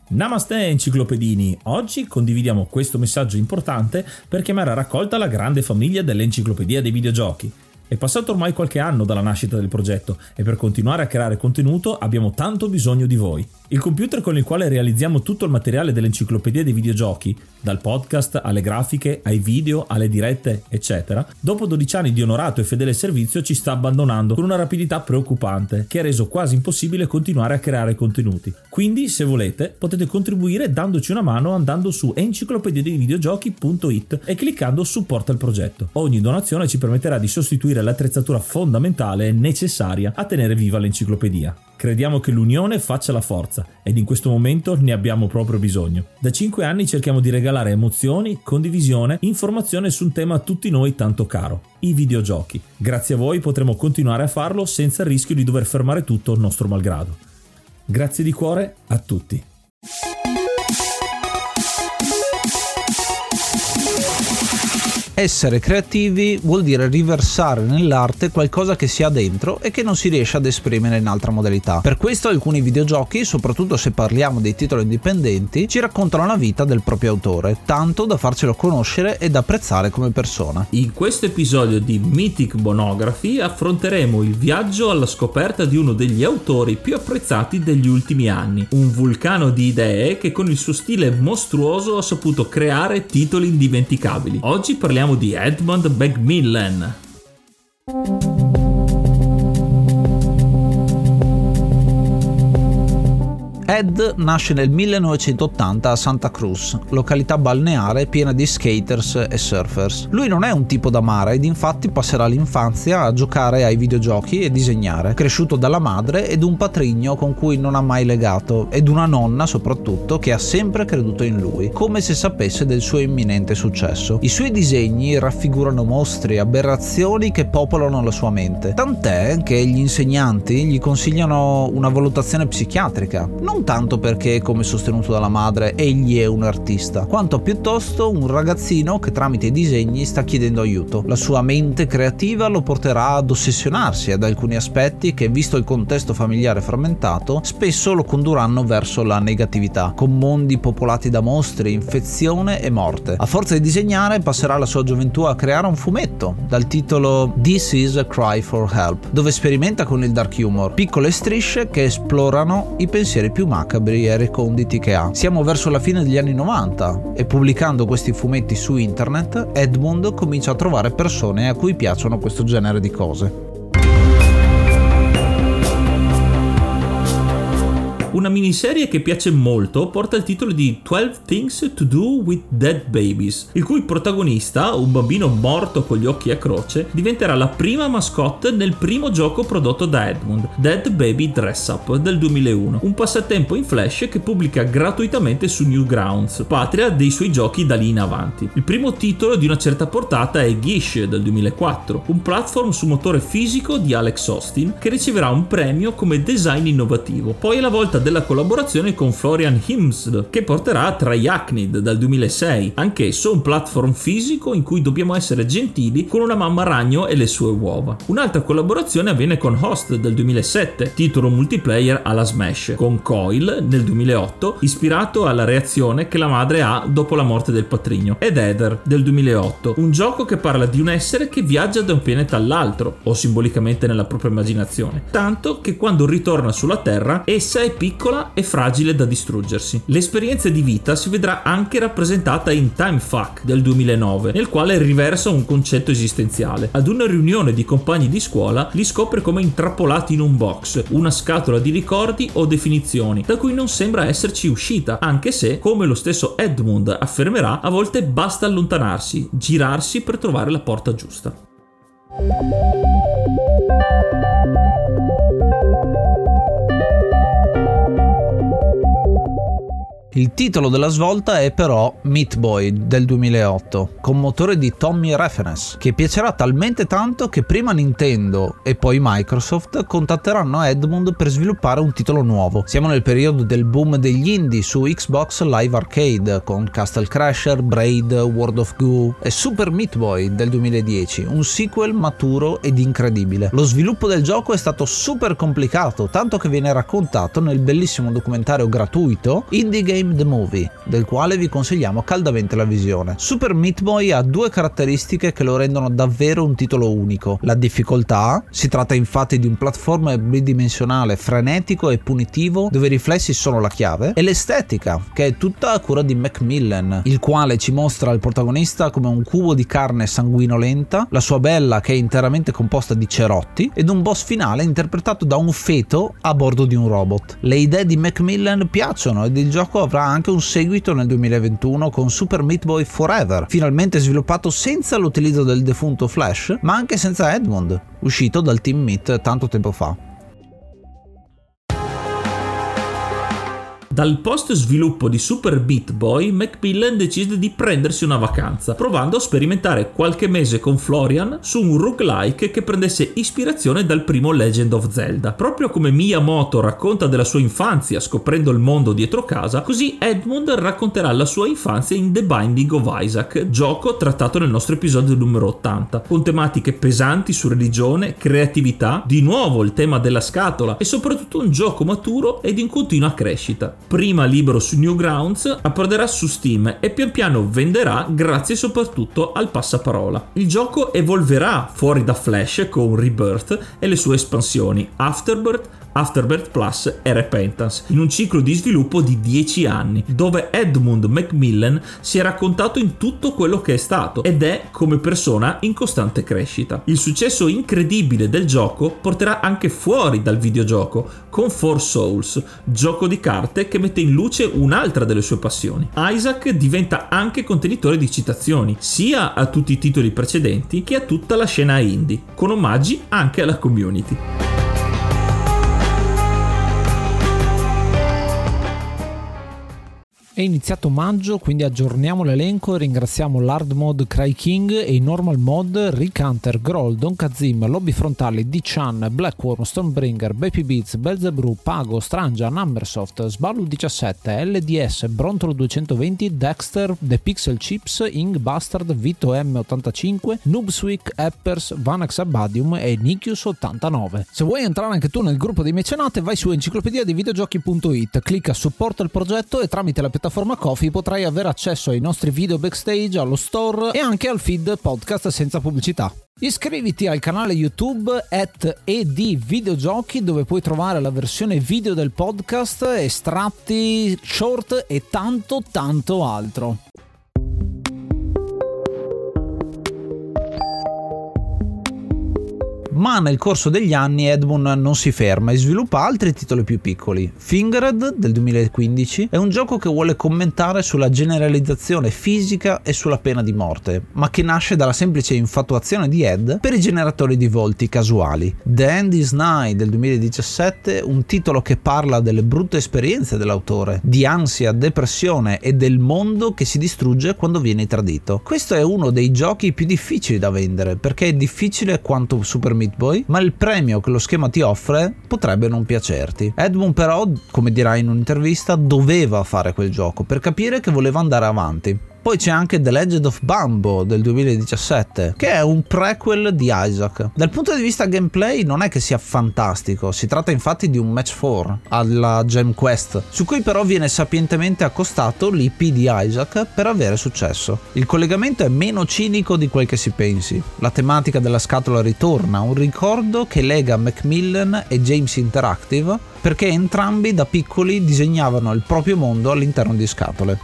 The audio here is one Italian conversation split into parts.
Namaste enciclopedini, oggi condividiamo questo messaggio importante per chiamare a raccolta la grande famiglia dell'enciclopedia dei videogiochi. È passato ormai qualche anno dalla nascita del progetto e per continuare a creare contenuto abbiamo tanto bisogno di voi. Il computer con il quale realizziamo tutto il materiale dell'enciclopedia dei videogiochi, dal podcast alle grafiche, ai video, alle dirette, eccetera, dopo 12 anni di onorato e fedele servizio ci sta abbandonando con una rapidità preoccupante che ha reso quasi impossibile continuare a creare contenuti. Quindi, se volete, potete contribuire dandoci una mano andando su enciclopediadeivideogiochi.it e cliccando supporta il progetto. Ogni donazione ci permetterà di sostituire l'attrezzatura fondamentale e necessaria a tenere viva l'enciclopedia. Crediamo che l'unione faccia la forza ed in questo momento ne abbiamo proprio bisogno. Da 5 anni cerchiamo di regalare emozioni, condivisione, informazione su un tema a tutti noi tanto caro, i videogiochi. Grazie a voi potremo continuare a farlo senza il rischio di dover fermare tutto nostro malgrado. Grazie di cuore a tutti. Essere creativi vuol dire riversare nell'arte qualcosa che si ha dentro e che non si riesce ad esprimere in altra modalità. Per questo alcuni videogiochi, soprattutto se parliamo dei titoli indipendenti, ci raccontano la vita del proprio autore, tanto da farcelo conoscere ed apprezzare come persona. In questo episodio di Mythic Monography affronteremo il viaggio alla scoperta di uno degli autori più apprezzati degli ultimi anni, un vulcano di idee che con il suo stile mostruoso ha saputo creare titoli indimenticabili. Oggi parliamo di Edmund Macmillan. Ed nasce nel 1980 a Santa Cruz, località balneare piena di skaters e surfers. Lui non è un tipo da mare ed infatti passerà l'infanzia a giocare ai videogiochi e disegnare, cresciuto dalla madre ed un patrigno con cui non ha mai legato, ed una nonna soprattutto che ha sempre creduto in lui, come se sapesse del suo imminente successo. I suoi disegni raffigurano mostri, aberrazioni che popolano la sua mente, tant'è che gli insegnanti gli consigliano una valutazione psichiatrica, non tanto perché, come sostenuto dalla madre, egli è un artista, quanto piuttosto un ragazzino che tramite i disegni sta chiedendo aiuto. La sua mente creativa lo porterà ad ossessionarsi ad alcuni aspetti che, visto il contesto familiare frammentato, spesso lo condurranno verso la negatività, con mondi popolati da mostri, infezione e morte. A forza di disegnare passerà la sua gioventù a creare un fumetto dal titolo This is a Cry for Help, dove sperimenta con il dark humor, piccole strisce che esplorano i pensieri più macabri e reconditi che ha. Siamo verso la fine degli anni 90 e pubblicando questi fumetti su internet, Edmund comincia a trovare persone a cui piacciono questo genere di cose. Una miniserie che piace molto porta il titolo di 12 Things to Do with Dead Babies, il cui protagonista, un bambino morto con gli occhi a croce, diventerà la prima mascotte nel primo gioco prodotto da Edmund, Dead Baby Dress Up del 2001, un passatempo in Flash che pubblica gratuitamente su Newgrounds, patria dei suoi giochi da lì in avanti. Il primo titolo di una certa portata è Gish del 2004, un platform su motore fisico di Alex Austin che riceverà un premio come design innovativo. Poi è la volta della collaborazione con Florian Himsd che porterà Triachnid dal 2006, anch'esso un platform fisico in cui dobbiamo essere gentili con una mamma ragno e le sue uova. Un'altra collaborazione avviene con Host del 2007, titolo multiplayer alla Smash, con Coil nel 2008, ispirato alla reazione che la madre ha dopo la morte del patrigno, ed Ether del 2008, un gioco che parla di un essere che viaggia da un pianeta all'altro, o simbolicamente nella propria immaginazione, tanto che quando ritorna sulla Terra essa è piccola e fragile da distruggersi. L'esperienza di vita si vedrà anche rappresentata in Timefuck del 2009, nel quale riversa un concetto esistenziale. Ad una riunione di compagni di scuola li scopre come intrappolati in un box, una scatola di ricordi o definizioni, da cui non sembra esserci uscita, anche se, come lo stesso Edmund affermerà, a volte basta allontanarsi, girarsi per trovare la porta giusta. Il titolo della svolta è però Meat Boy del 2008, con motore di Tommy Refenes, che piacerà talmente tanto che prima Nintendo e poi Microsoft contatteranno Edmund per sviluppare un titolo nuovo. Siamo nel periodo del boom degli indie su Xbox Live Arcade, con Castle Crasher, Braid, World of Goo e Super Meat Boy del 2010, un sequel maturo ed incredibile. Lo sviluppo del gioco è stato super complicato, tanto che viene raccontato nel bellissimo documentario gratuito Indie Game Game the Movie, del quale vi consigliamo caldamente la visione. Super Meat Boy ha due caratteristiche che lo rendono davvero un titolo unico: la difficoltà, si tratta infatti di un platformer bidimensionale frenetico e punitivo dove i riflessi sono la chiave, e l'estetica, che è tutta a cura di Macmillan, il quale ci mostra il protagonista come un cubo di carne sanguinolenta, la sua bella che è interamente composta di cerotti, ed un boss finale interpretato da un feto a bordo di un robot. Le idee di Macmillan piacciono ed il gioco avrà anche un seguito nel 2021 con Super Meat Boy Forever, finalmente sviluppato senza l'utilizzo del defunto Flash, ma anche senza Edmund, uscito dal Team Meat tanto tempo fa. Dal post sviluppo di Super Meat Boy, Macmillan decide di prendersi una vacanza, provando a sperimentare qualche mese con Florian su un roguelike che prendesse ispirazione dal primo Legend of Zelda. Proprio come Miyamoto racconta della sua infanzia scoprendo il mondo dietro casa, così Edmund racconterà la sua infanzia in The Binding of Isaac, gioco trattato nel nostro episodio numero 80, con tematiche pesanti su religione, creatività, di nuovo il tema della scatola e soprattutto un gioco maturo ed in continua crescita. Prima libero su Newgrounds, approderà su Steam e pian piano venderà grazie soprattutto al passaparola. Il gioco evolverà fuori da Flash con Rebirth e le sue espansioni Afterbirth Plus e Repentance, in un ciclo di sviluppo di 10 anni, dove Edmund Macmillan si è raccontato in tutto quello che è stato ed è come persona in costante crescita. Il successo incredibile del gioco porterà anche fuori dal videogioco con Four Souls, gioco di carte che mette in luce un'altra delle sue passioni. Isaac diventa anche contenitore di citazioni, sia a tutti i titoli precedenti che a tutta la scena indie, con omaggi anche alla community. È iniziato maggio, quindi aggiorniamo l'elenco e ringraziamo l'Hard Mode Cry King e i Normal Mode Rick Hunter, Groll, Don Kazim, Lobby Frontali, D-Chan, Blackworm, Stonebringer, Baby Beats, Belzebrew, Pago, Strangia, Numbersoft, Sballu 17, LDS, Brontolo 220, Dexter, The Pixel Chips, Ing Bastard, Vito M85, Noobswick, Eppers, Vanax Abadium e Nikius 89. Se vuoi entrare anche tu nel gruppo dei mecenate, vai su enciclopedia dei videogiochi.it, clicca supporta il progetto e tramite la piattaforma Ko-fi potrai avere accesso ai nostri video backstage, allo store e anche al feed podcast senza pubblicità. Iscriviti al canale YouTube @edvideogiochi, dove puoi trovare la versione video del podcast, estratti, short e tanto altro. Ma nel corso degli anni Edmund non si ferma e sviluppa altri titoli più piccoli. Fingered del 2015 è un gioco che vuole commentare sulla generalizzazione fisica e sulla pena di morte, ma che nasce dalla semplice infatuazione di Ed per i generatori di volti casuali. The End is Nigh del 2017, un titolo che parla delle brutte esperienze dell'autore, di ansia, depressione e del mondo che si distrugge quando viene tradito. Questo è uno dei giochi più difficili da vendere, perché è difficile quanto Super Meat Boy, ma il premio che lo schema ti offre potrebbe non piacerti. Edmund però, come dirà in un'intervista, doveva fare quel gioco per capire che voleva andare avanti. Poi c'è anche The Legend of Bambo del 2017, che è un prequel di Isaac. Dal punto di vista gameplay non è che sia fantastico, si tratta infatti di un match 4 alla Gem Quest, su cui però viene sapientemente accostato l'IP di Isaac per avere successo. Il collegamento è meno cinico di quel che si pensi. La tematica della scatola ritorna, un ricordo che lega Macmillan e James Interactive, perché entrambi da piccoli disegnavano il proprio mondo all'interno di scatole.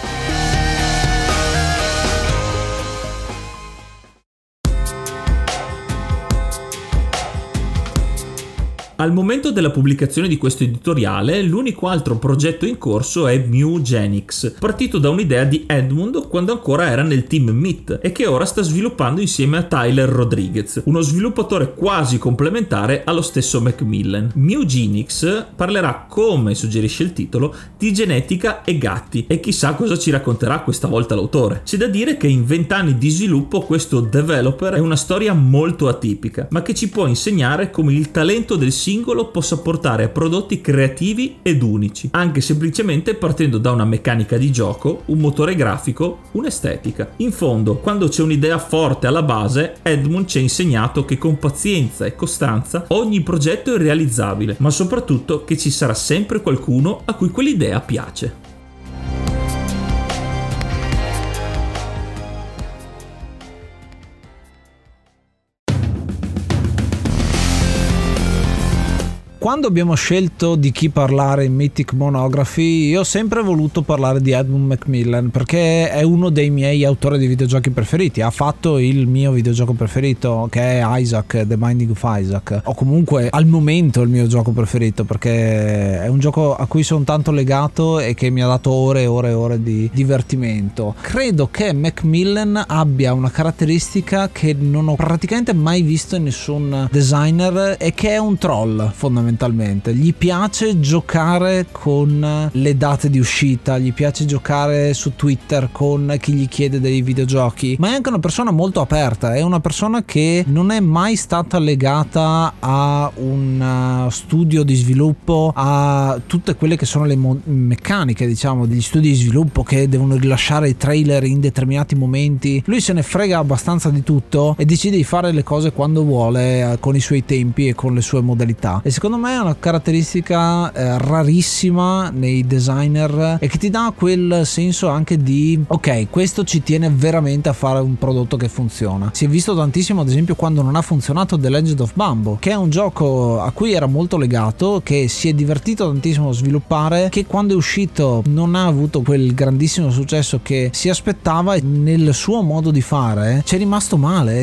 Al momento della pubblicazione di questo editoriale, l'unico altro progetto in corso è Mewgenix, partito da un'idea di Edmund quando ancora era nel team Meat e che ora sta sviluppando insieme a Tyler Rodriguez, uno sviluppatore quasi complementare allo stesso Macmillan. Mewgenix parlerà, come suggerisce il titolo, di genetica e gatti, e chissà cosa ci racconterà questa volta l'autore. C'è da dire che in 20 anni di sviluppo questo developer è una storia molto atipica, ma che ci può insegnare come il talento del singolo possa portare a prodotti creativi ed unici, anche semplicemente partendo da una meccanica di gioco, un motore grafico, un'estetica. In fondo, quando c'è un'idea forte alla base, Edmund ci ha insegnato che con pazienza e costanza ogni progetto è realizzabile, ma soprattutto che ci sarà sempre qualcuno a cui quell'idea piace. Quando abbiamo scelto di chi parlare in Mythic Monography, io ho sempre voluto parlare di Edmund Macmillan, perché è uno dei miei autori di videogiochi preferiti. Ha fatto il mio videogioco preferito, che è Isaac, The Binding of Isaac, o comunque al momento il mio gioco preferito, perché è un gioco a cui sono tanto legato e che mi ha dato ore e ore e ore di divertimento. Credo che Macmillan abbia una caratteristica che non ho praticamente mai visto in nessun designer, e che è un troll fondamentalmente. Gli piace giocare con le date di uscita, gli piace giocare su Twitter con chi gli chiede dei videogiochi, ma è anche una persona molto aperta, è una persona che non è mai stata legata a un studio di sviluppo, a tutte quelle che sono le meccaniche, diciamo, degli studi di sviluppo che devono rilasciare i trailer in determinati momenti. Lui se ne frega abbastanza di tutto e decide di fare le cose quando vuole, con i suoi tempi e con le sue modalità, e secondo me è una caratteristica rarissima nei designer, e che ti dà quel senso anche di ok, questo ci tiene veramente a fare un prodotto che funziona. Si è visto tantissimo ad esempio quando non ha funzionato The Legend of Bambo, che è un gioco a cui era molto legato, che si è divertito tantissimo a sviluppare, che quando è uscito non ha avuto quel grandissimo successo che si aspettava, e nel suo modo di fare c'è rimasto male,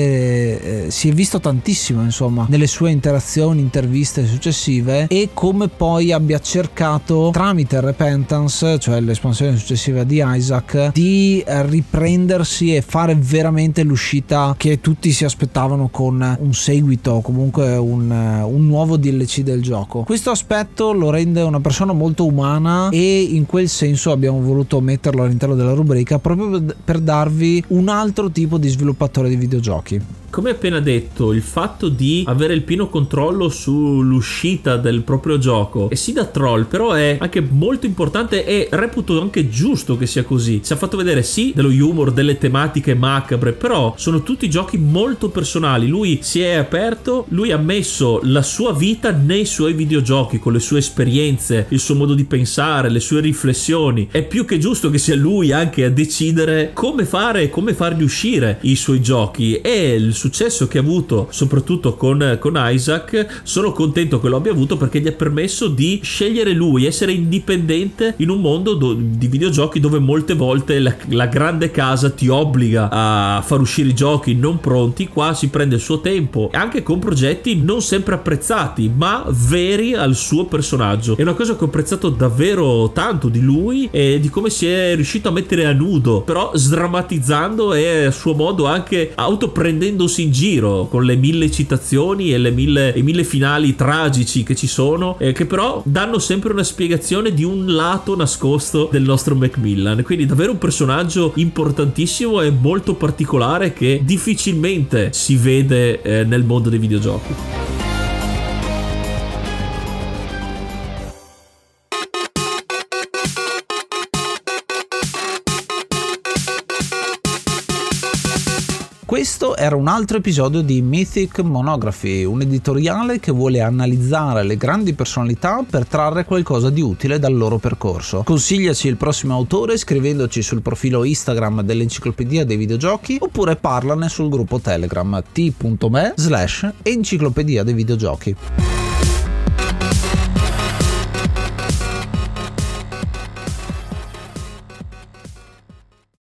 ed si è visto tantissimo insomma nelle sue interazioni, interviste successive, e come poi abbia cercato tramite Repentance, cioè l'espansione successiva di Isaac, di riprendersi e fare veramente l'uscita che tutti si aspettavano, con un seguito o comunque un nuovo DLC del gioco. Questo aspetto lo rende una persona molto umana, e in quel senso abbiamo voluto metterlo all'interno della rubrica proprio per darvi un altro tipo di sviluppatore di videogiochi. Come appena detto, il fatto di avere il pieno controllo sull'uscita del proprio gioco, e sì da troll, però è anche molto importante, e reputo anche giusto che sia così. Si è fatto vedere sì dello humor, delle tematiche macabre, però sono tutti giochi molto personali. Lui si è aperto, lui ha messo la sua vita nei suoi videogiochi, con le sue esperienze, il suo modo di pensare, le sue riflessioni. È più che giusto che sia lui anche a decidere come fare e come farli uscire i suoi giochi, e il successo che ha avuto soprattutto con Isaac sono contento che lo abbia avuto, perché gli ha permesso di scegliere lui, essere indipendente in un mondo di videogiochi dove molte volte la grande casa ti obbliga a far uscire i giochi non pronti. Qua si prende il suo tempo, anche con progetti non sempre apprezzati ma veri al suo personaggio. È una cosa che ho apprezzato davvero tanto di lui, e di come si è riuscito a mettere a nudo, però sdrammatizzando e a suo modo anche autoprendendosi in giro con le 1000 citazioni e i 1000 finali tragici che ci sono, che però danno sempre una spiegazione di un lato nascosto del nostro Macmillan. Quindi davvero un personaggio importantissimo e molto particolare, che difficilmente si vede nel mondo dei videogiochi. Questo era un altro episodio di Mythic Monography, un editoriale che vuole analizzare le grandi personalità per trarre qualcosa di utile dal loro percorso. Consigliaci il prossimo autore scrivendoci sul profilo Instagram dell'Enciclopedia dei Videogiochi, oppure parlane sul gruppo Telegram t.me/Enciclopedia dei Videogiochi.